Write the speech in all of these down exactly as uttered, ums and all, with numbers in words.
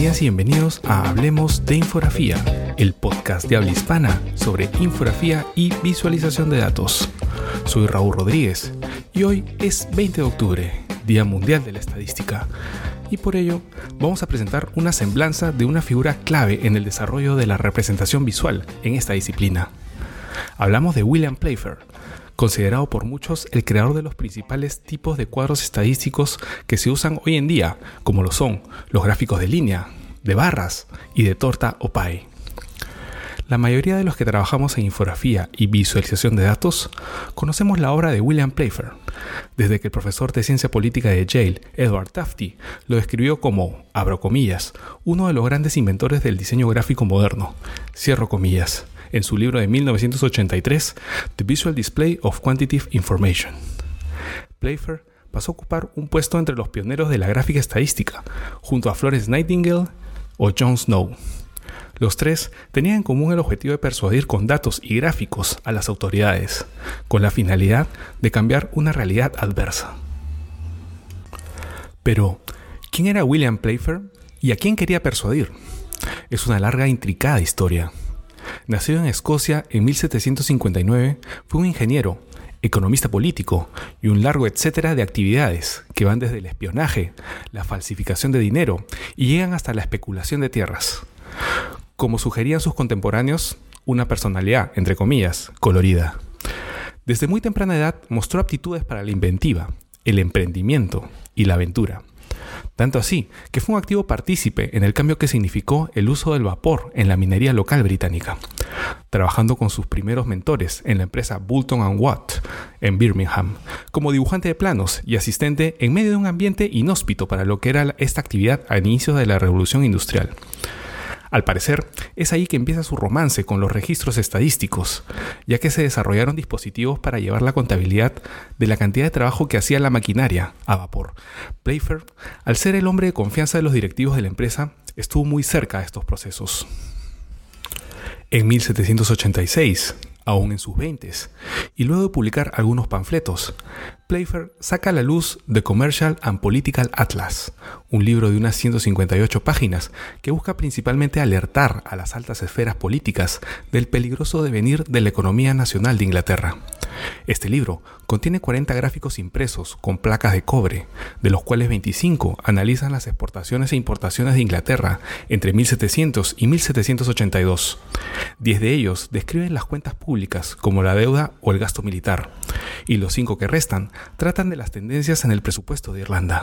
Bienvenidas y bienvenidos a Hablemos de Infografía, el podcast de habla hispana sobre infografía y visualización de datos. Soy Raúl Rodríguez y hoy es veinte de octubre, Día Mundial de la Estadística, y por ello vamos a presentar una semblanza de una figura clave en el desarrollo de la representación visual en esta disciplina. Hablamos de William Playfair, considerado por muchos el creador de los principales tipos de cuadros estadísticos que se usan hoy en día, como lo son los gráficos de línea, de barras y de torta o pie. La mayoría de los que trabajamos en infografía y visualización de datos conocemos la obra de William Playfair, desde que el profesor de ciencia política de Yale, Edward Tufte, lo describió como, abro comillas, uno de los grandes inventores del diseño gráfico moderno, cierro comillas, en su libro de mil novecientos ochenta y tres, The Visual Display of Quantitative Information. Playfair pasó a ocupar un puesto entre los pioneros de la gráfica estadística, junto a Florence Nightingale o John Snow. Los tres tenían en común el objetivo de persuadir con datos y gráficos a las autoridades, con la finalidad de cambiar una realidad adversa. Pero, ¿quién era William Playfair y a quién quería persuadir? Es una larga e intricada historia. Nacido en Escocia en mil setecientos cincuenta y nueve, fue un ingeniero, economista político y un largo etcétera de actividades que van desde el espionaje, la falsificación de dinero y llegan hasta la especulación de tierras. Como sugerían sus contemporáneos, una personalidad, entre comillas, colorida. Desde muy temprana edad mostró aptitudes para la inventiva, el emprendimiento y la aventura. Tanto así que fue un activo partícipe en el cambio que significó el uso del vapor en la minería local británica, trabajando con sus primeros mentores en la empresa Boulton and Watt en Birmingham, como dibujante de planos y asistente en medio de un ambiente inhóspito para lo que era esta actividad a inicios de la Revolución Industrial. Al parecer, es ahí que empieza su romance con los registros estadísticos, ya que se desarrollaron dispositivos para llevar la contabilidad de la cantidad de trabajo que hacía la maquinaria a vapor. Playfair, al ser el hombre de confianza de los directivos de la empresa, estuvo muy cerca de estos procesos. En mil setecientos ochenta y seis, aún en sus veintes, y luego de publicar algunos panfletos, Playfair saca a la luz The Commercial and Political Atlas, un libro de unas ciento cincuenta y ocho páginas que busca principalmente alertar a las altas esferas políticas del peligroso devenir de la economía nacional de Inglaterra. Este libro contiene cuarenta gráficos impresos con placas de cobre, de los cuales veinticinco analizan las exportaciones e importaciones de Inglaterra entre mil setecientos y mil setecientos ochenta y dos. Diez de ellos describen las cuentas públicas como la deuda o el gasto militar, y los cinco que restan tratan de las tendencias en el presupuesto de Irlanda.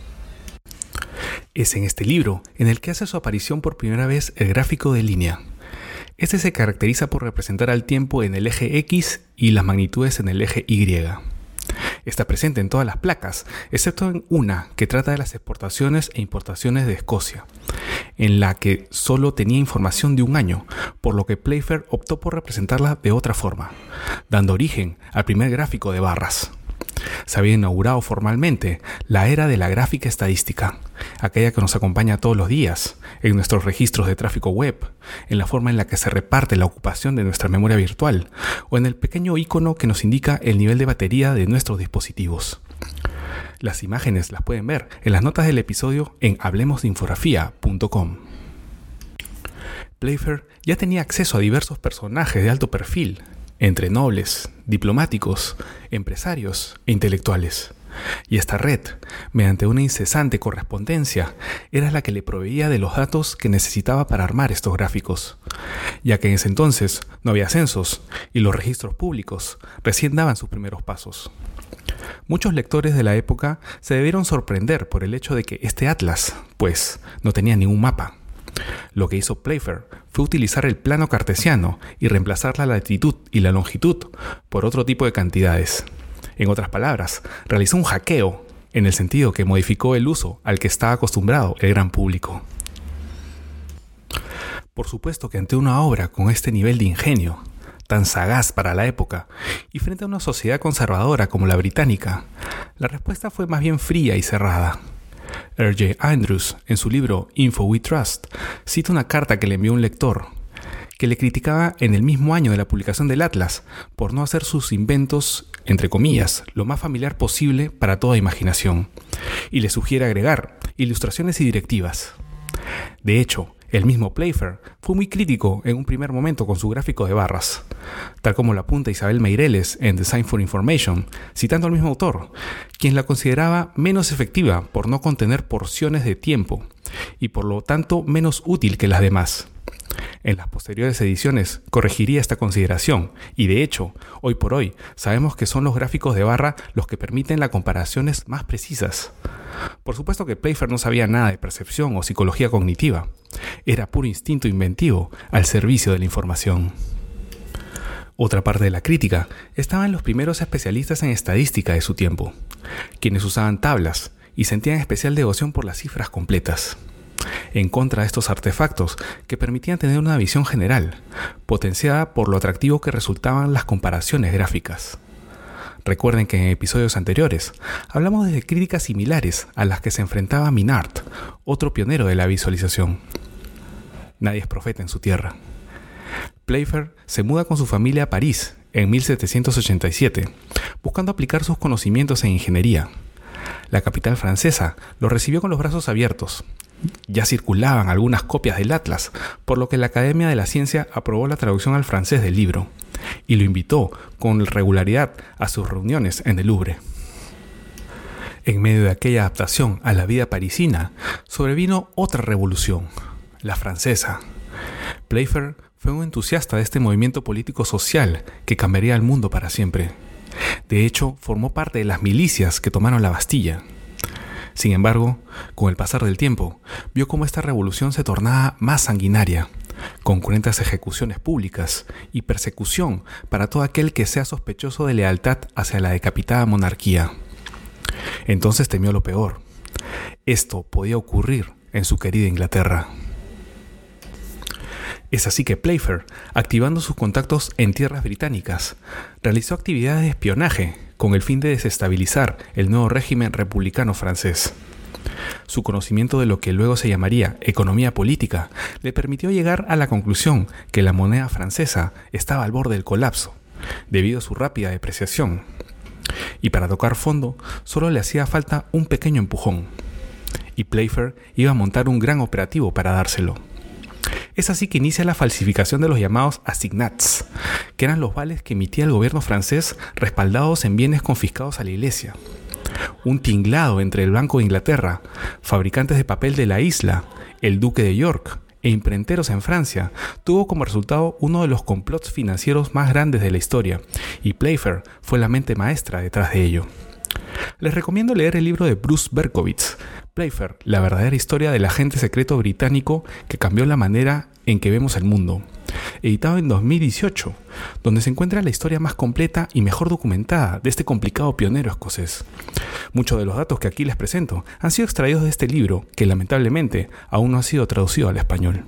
Es en este libro en el que hace su aparición por primera vez el gráfico de línea. Este se caracteriza por representar al tiempo en el eje X y las magnitudes en el eje Y. Está presente en todas las placas, excepto en una que trata de las exportaciones e importaciones de Escocia, en la que solo tenía información de un año, por lo que Playfair optó por representarla de otra forma, dando origen al primer gráfico de barras. Se había inaugurado formalmente la era de la gráfica estadística, aquella que nos acompaña todos los días en nuestros registros de tráfico web, en la forma en la que se reparte la ocupación de nuestra memoria virtual o en el pequeño icono que nos indica el nivel de batería de nuestros dispositivos. Las imágenes las pueden ver en las notas del episodio en hablemos de infografía punto com. Playfair ya tenía acceso a diversos personajes de alto perfil, entre nobles, diplomáticos, empresarios e intelectuales. Y esta red, mediante una incesante correspondencia, era la que le proveía de los datos que necesitaba para armar estos gráficos, ya que en ese entonces no había censos y los registros públicos recién daban sus primeros pasos. Muchos lectores de la época se debieron sorprender por el hecho de que este atlas, pues, no tenía ningún mapa. Lo que hizo Playfair fue utilizar el plano cartesiano y reemplazar la latitud y la longitud por otro tipo de cantidades. En otras palabras, realizó un hackeo, en el sentido que modificó el uso al que estaba acostumbrado el gran público. Por supuesto que ante una obra con este nivel de ingenio, tan sagaz para la época, y frente a una sociedad conservadora como la británica, la respuesta fue más bien fría y cerrada. R J Andrews, en su libro Info We Trust, cita una carta que le envió un lector que le criticaba en el mismo año de la publicación del Atlas por no hacer sus inventos, entre comillas, lo más familiar posible para toda imaginación, y le sugiere agregar ilustraciones y directivas. De hecho, el mismo Playfair fue muy crítico en un primer momento con su gráfico de barras, tal como lo apunta Isabel Meireles en Design for Information, citando al mismo autor, quien la consideraba menos efectiva por no contener porciones de tiempo y por lo tanto menos útil que las demás. En las posteriores ediciones corregiría esta consideración y de hecho, hoy por hoy, sabemos que son los gráficos de barra los que permiten las comparaciones más precisas. Por supuesto que Playfair no sabía nada de percepción o psicología cognitiva. Era puro instinto inventivo al servicio de la información. Otra parte de la crítica estaba en los primeros especialistas en estadística de su tiempo, quienes usaban tablas y sentían especial devoción por las cifras completas. En contra de estos artefactos que permitían tener una visión general, potenciada por lo atractivo que resultaban las comparaciones gráficas. Recuerden que en episodios anteriores hablamos de críticas similares a las que se enfrentaba Minard, otro pionero de la visualización. Nadie es profeta en su tierra. Playfair se muda con su familia a París en mil setecientos ochenta y siete, buscando aplicar sus conocimientos en ingeniería. La capital francesa lo recibió con los brazos abiertos. Ya circulaban algunas copias del Atlas, por lo que la Academia de la Ciencia aprobó la traducción al francés del libro y lo invitó con regularidad a sus reuniones en el Louvre. En medio de aquella adaptación a la vida parisina, sobrevino otra revolución, la francesa. Playfair fue un entusiasta de este movimiento político-social que cambiaría el mundo para siempre. De hecho, formó parte de las milicias que tomaron la Bastilla. Sin embargo, con el pasar del tiempo, vio cómo esta revolución se tornaba más sanguinaria, con cruentas ejecuciones públicas y persecución para todo aquel que sea sospechoso de lealtad hacia la decapitada monarquía. Entonces temió lo peor. Esto podía ocurrir en su querida Inglaterra. Es así que Playfair, activando sus contactos en tierras británicas, realizó actividades de espionaje con el fin de desestabilizar el nuevo régimen republicano francés. Su conocimiento de lo que luego se llamaría economía política le permitió llegar a la conclusión que la moneda francesa estaba al borde del colapso, debido a su rápida depreciación. Y para tocar fondo, solo le hacía falta un pequeño empujón. Y Playfair iba a montar un gran operativo para dárselo. Es así que inicia la falsificación de los llamados assignats, que eran los vales que emitía el gobierno francés respaldados en bienes confiscados a la iglesia. Un tinglado entre el Banco de Inglaterra, fabricantes de papel de la isla, el Duque de York e imprenteros en Francia, tuvo como resultado uno de los complots financieros más grandes de la historia, y Playfair fue la mente maestra detrás de ello. Les recomiendo leer el libro de Bruce Berkowitz, Playfair, la verdadera historia del agente secreto británico que cambió la manera en que vemos el mundo, editado en dos mil dieciocho, donde se encuentra la historia más completa y mejor documentada de este complicado pionero escocés. Muchos de los datos que aquí les presento han sido extraídos de este libro, que lamentablemente aún no ha sido traducido al español.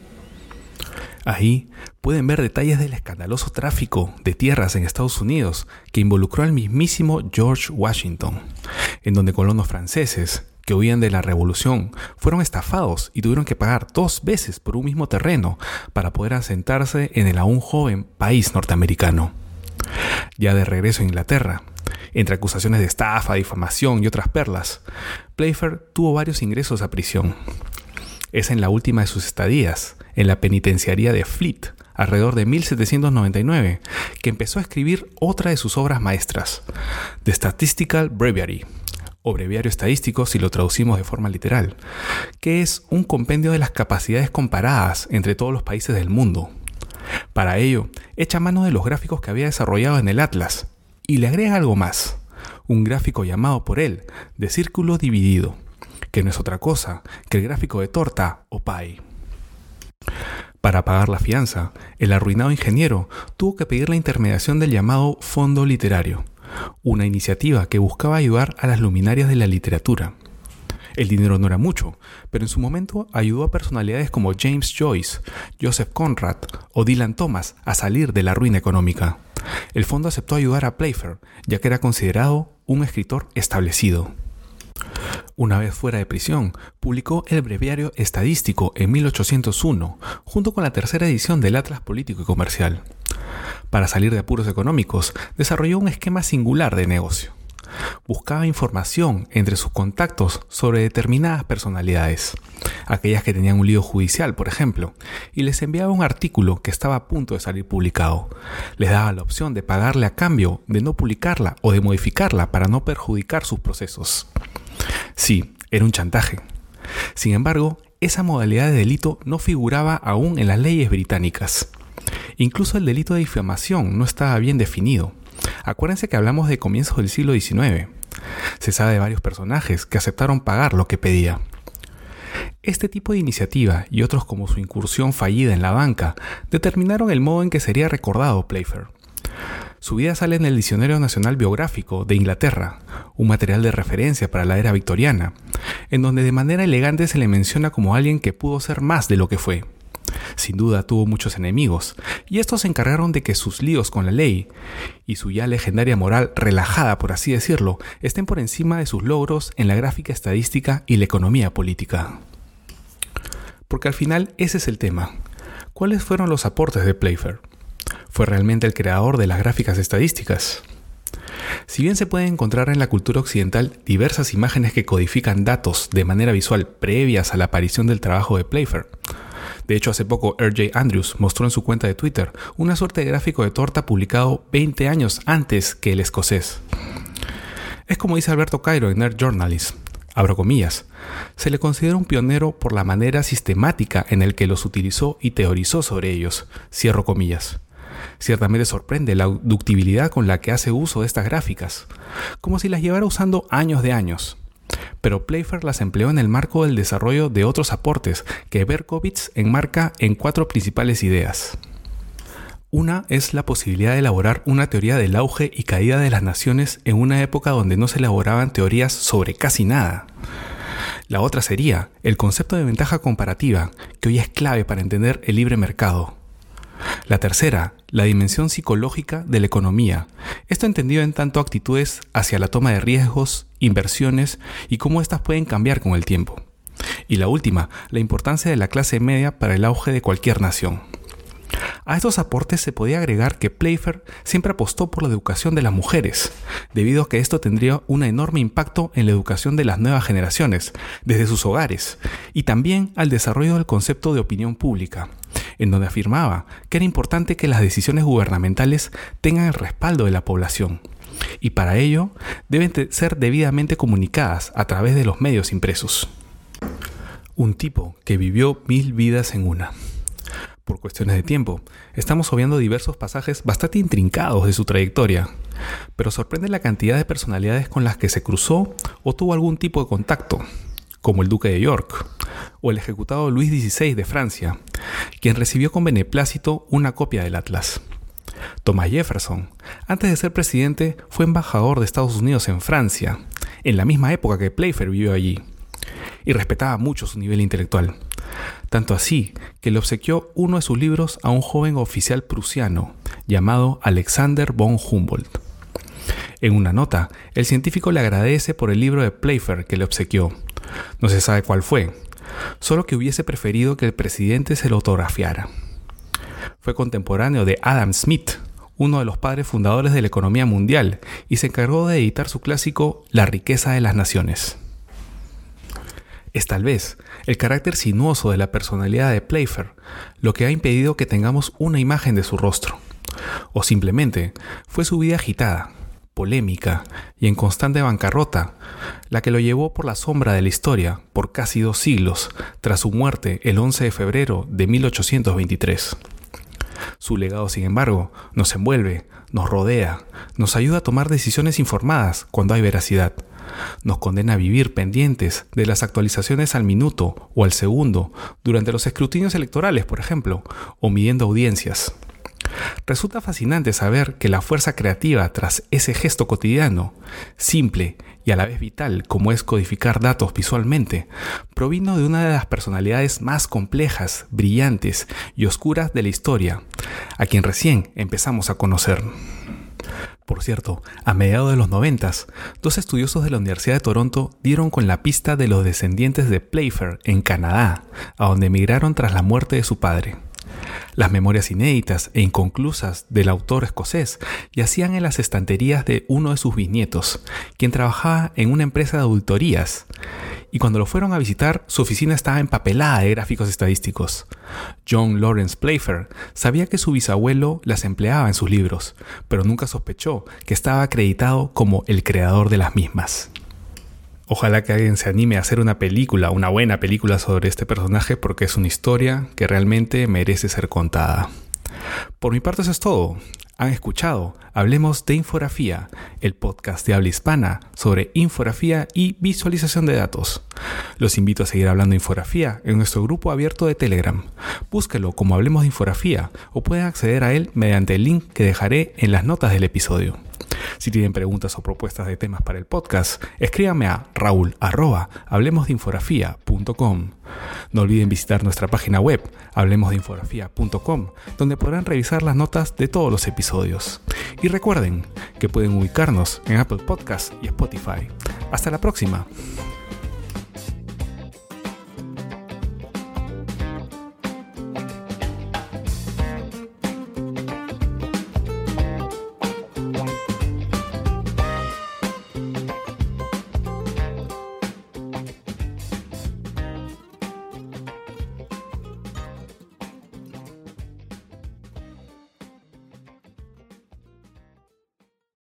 Ahí pueden ver detalles del escandaloso tráfico de tierras en Estados Unidos que involucró al mismísimo George Washington, en donde colonos franceses que huían de la revolución fueron estafados y tuvieron que pagar dos veces por un mismo terreno para poder asentarse en el aún joven país norteamericano. Ya de regreso a Inglaterra, entre acusaciones de estafa, difamación y otras perlas, Playfair tuvo varios ingresos a prisión. Es en la última de sus estadías, en la penitenciaría de Fleet, alrededor de mil setecientos noventa y nueve, que empezó a escribir otra de sus obras maestras, The Statistical Breviary, o breviario estadístico si lo traducimos de forma literal, que es un compendio de las capacidades comparadas entre todos los países del mundo. Para ello, echa mano de los gráficos que había desarrollado en el Atlas, y le agrega algo más, un gráfico llamado por él de círculo dividido, que no es otra cosa que el gráfico de torta o pie. Para pagar la fianza, el arruinado ingeniero tuvo que pedir la intermediación del llamado Fondo Literario, una iniciativa que buscaba ayudar a las luminarias de la literatura. El dinero no era mucho, pero en su momento ayudó a personalidades como James Joyce, Joseph Conrad o Dylan Thomas a salir de la ruina económica. El fondo aceptó ayudar a Playfair, ya que era considerado un escritor establecido. Una vez fuera de prisión, publicó el Breviario Estadístico en mil ochocientos uno, junto con la tercera edición del Atlas Político y Comercial. Para salir de apuros económicos, desarrolló un esquema singular de negocio. buscaba información entre sus contactos sobre determinadas personalidades, aquellas que tenían un lío judicial, por ejemplo, y les enviaba un artículo que estaba a punto de salir publicado. Les daba la opción de pagarle a cambio de no publicarla o de modificarla para no perjudicar sus procesos. Sí, era un chantaje. Sin embargo, esa modalidad de delito no figuraba aún en las leyes británicas. Incluso el delito de difamación no estaba bien definido. Acuérdense que hablamos de comienzos del siglo diecinueve. Se sabe de varios personajes que aceptaron pagar lo que pedía. Este tipo de iniciativa y otros como su incursión fallida en la banca determinaron el modo en que sería recordado Playfair. Su vida sale en el Diccionario Nacional Biográfico de Inglaterra, un material de referencia para la era victoriana, en donde de manera elegante se le menciona como alguien que pudo ser más de lo que fue. Sin duda tuvo muchos enemigos, y estos se encargaron de que sus líos con la ley y su ya legendaria moral relajada, por así decirlo, estén por encima de sus logros en la gráfica estadística y la economía política. Porque al final ese es el tema. ¿Cuáles fueron los aportes de Playfair? ¿Fue realmente el creador de las gráficas estadísticas? Si bien se pueden encontrar en la cultura occidental diversas imágenes que codifican datos de manera visual previas a la aparición del trabajo de Playfair. De hecho, hace poco R J Andrews mostró en su cuenta de Twitter una suerte de gráfico de torta publicado veinte años antes que el escocés. Es como dice Alberto Cairo en Nerd Journalism, abro comillas, se le considera un pionero por la manera sistemática en el que los utilizó y teorizó sobre ellos, cierro comillas. Ciertamente sorprende la ductibilidad con la que hace uso de estas gráficas, como si las llevara usando años de años. Pero Playfair las empleó en el marco del desarrollo de otros aportes que Berkowitz enmarca en cuatro principales ideas. Una es la posibilidad de elaborar una teoría del auge y caída de las naciones en una época donde no se elaboraban teorías sobre casi nada. La otra sería el concepto de ventaja comparativa, que hoy es clave para entender el libre mercado. La tercera, la dimensión psicológica de la economía. Esto entendido en tanto actitudes hacia la toma de riesgos, inversiones y cómo éstas pueden cambiar con el tiempo. Y la última, la importancia de la clase media para el auge de cualquier nación. A estos aportes se podía agregar que Playfair siempre apostó por la educación de las mujeres, debido a que esto tendría un enorme impacto en la educación de las nuevas generaciones, desde sus hogares, y también al desarrollo del concepto de opinión pública, en donde afirmaba que era importante que las decisiones gubernamentales tengan el respaldo de la población, y para ello deben ser debidamente comunicadas a través de los medios impresos. Un tipo que vivió mil vidas en una. Por cuestiones de tiempo, estamos obviando diversos pasajes bastante intrincados de su trayectoria, pero sorprende la cantidad de personalidades con las que se cruzó o tuvo algún tipo de contacto, como el duque de York o el ejecutado Luis dieciséis de Francia, quien recibió con beneplácito una copia del Atlas. Thomas Jefferson, antes de ser presidente, fue embajador de Estados Unidos en Francia, en la misma época que Playfair vivió allí, y respetaba mucho su nivel intelectual. Tanto así que le obsequió uno de sus libros a un joven oficial prusiano llamado Alexander von Humboldt. En una nota, el científico le agradece por el libro de Playfair que le obsequió. No se sabe cuál fue, solo que hubiese preferido que el presidente se lo autografiara. Fue contemporáneo de Adam Smith, uno de los padres fundadores de la economía mundial, y se encargó de editar su clásico La riqueza de las naciones. Es tal vez el carácter sinuoso de la personalidad de Playfair lo que ha impedido que tengamos una imagen de su rostro. O simplemente fue su vida agitada, polémica y en constante bancarrota la que lo llevó por la sombra de la historia por casi dos siglos tras su muerte el once de febrero de mil ochocientos veintitrés. Su legado, sin embargo, nos envuelve, nos rodea, nos ayuda a tomar decisiones informadas cuando hay veracidad. Nos condena a vivir pendientes de las actualizaciones al minuto o al segundo durante los escrutinios electorales, por ejemplo, o midiendo audiencias. Resulta fascinante saber que la fuerza creativa tras ese gesto cotidiano, simple y a la vez vital como es codificar datos visualmente, provino de una de las personalidades más complejas, brillantes y oscuras de la historia, a quien recién empezamos a conocer. Por cierto, a mediados de los noventas, dos estudiosos de la Universidad de Toronto dieron con la pista de los descendientes de Playfair en Canadá, a donde emigraron tras la muerte de su padre. Las memorias inéditas e inconclusas del autor escocés yacían en las estanterías de uno de sus bisnietos, quien trabajaba en una empresa de auditorías. Y cuando lo fueron a visitar, su oficina estaba empapelada de gráficos estadísticos. John Lawrence Playfair sabía que su bisabuelo las empleaba en sus libros, pero nunca sospechó que estaba acreditado como el creador de las mismas. Ojalá que alguien se anime a hacer una película, una buena película sobre este personaje, porque es una historia que realmente merece ser contada. Por mi parte eso es todo. Han escuchado Hablemos de Infografía, el podcast de habla hispana sobre infografía y visualización de datos. Los invito a seguir hablando de infografía en nuestro grupo abierto de Telegram. Búsquelo como Hablemos de Infografía o pueden acceder a él mediante el link que dejaré en las notas del episodio. Si tienen preguntas o propuestas de temas para el podcast, escríbanme a raúl arroba hablemosdeinfografía punto com. No olviden visitar nuestra página web, hablemosdeinfografía punto com, donde podrán revisar las notas de todos los episodios. Y recuerden que pueden ubicarnos en Apple Podcasts y Spotify. Hasta la próxima.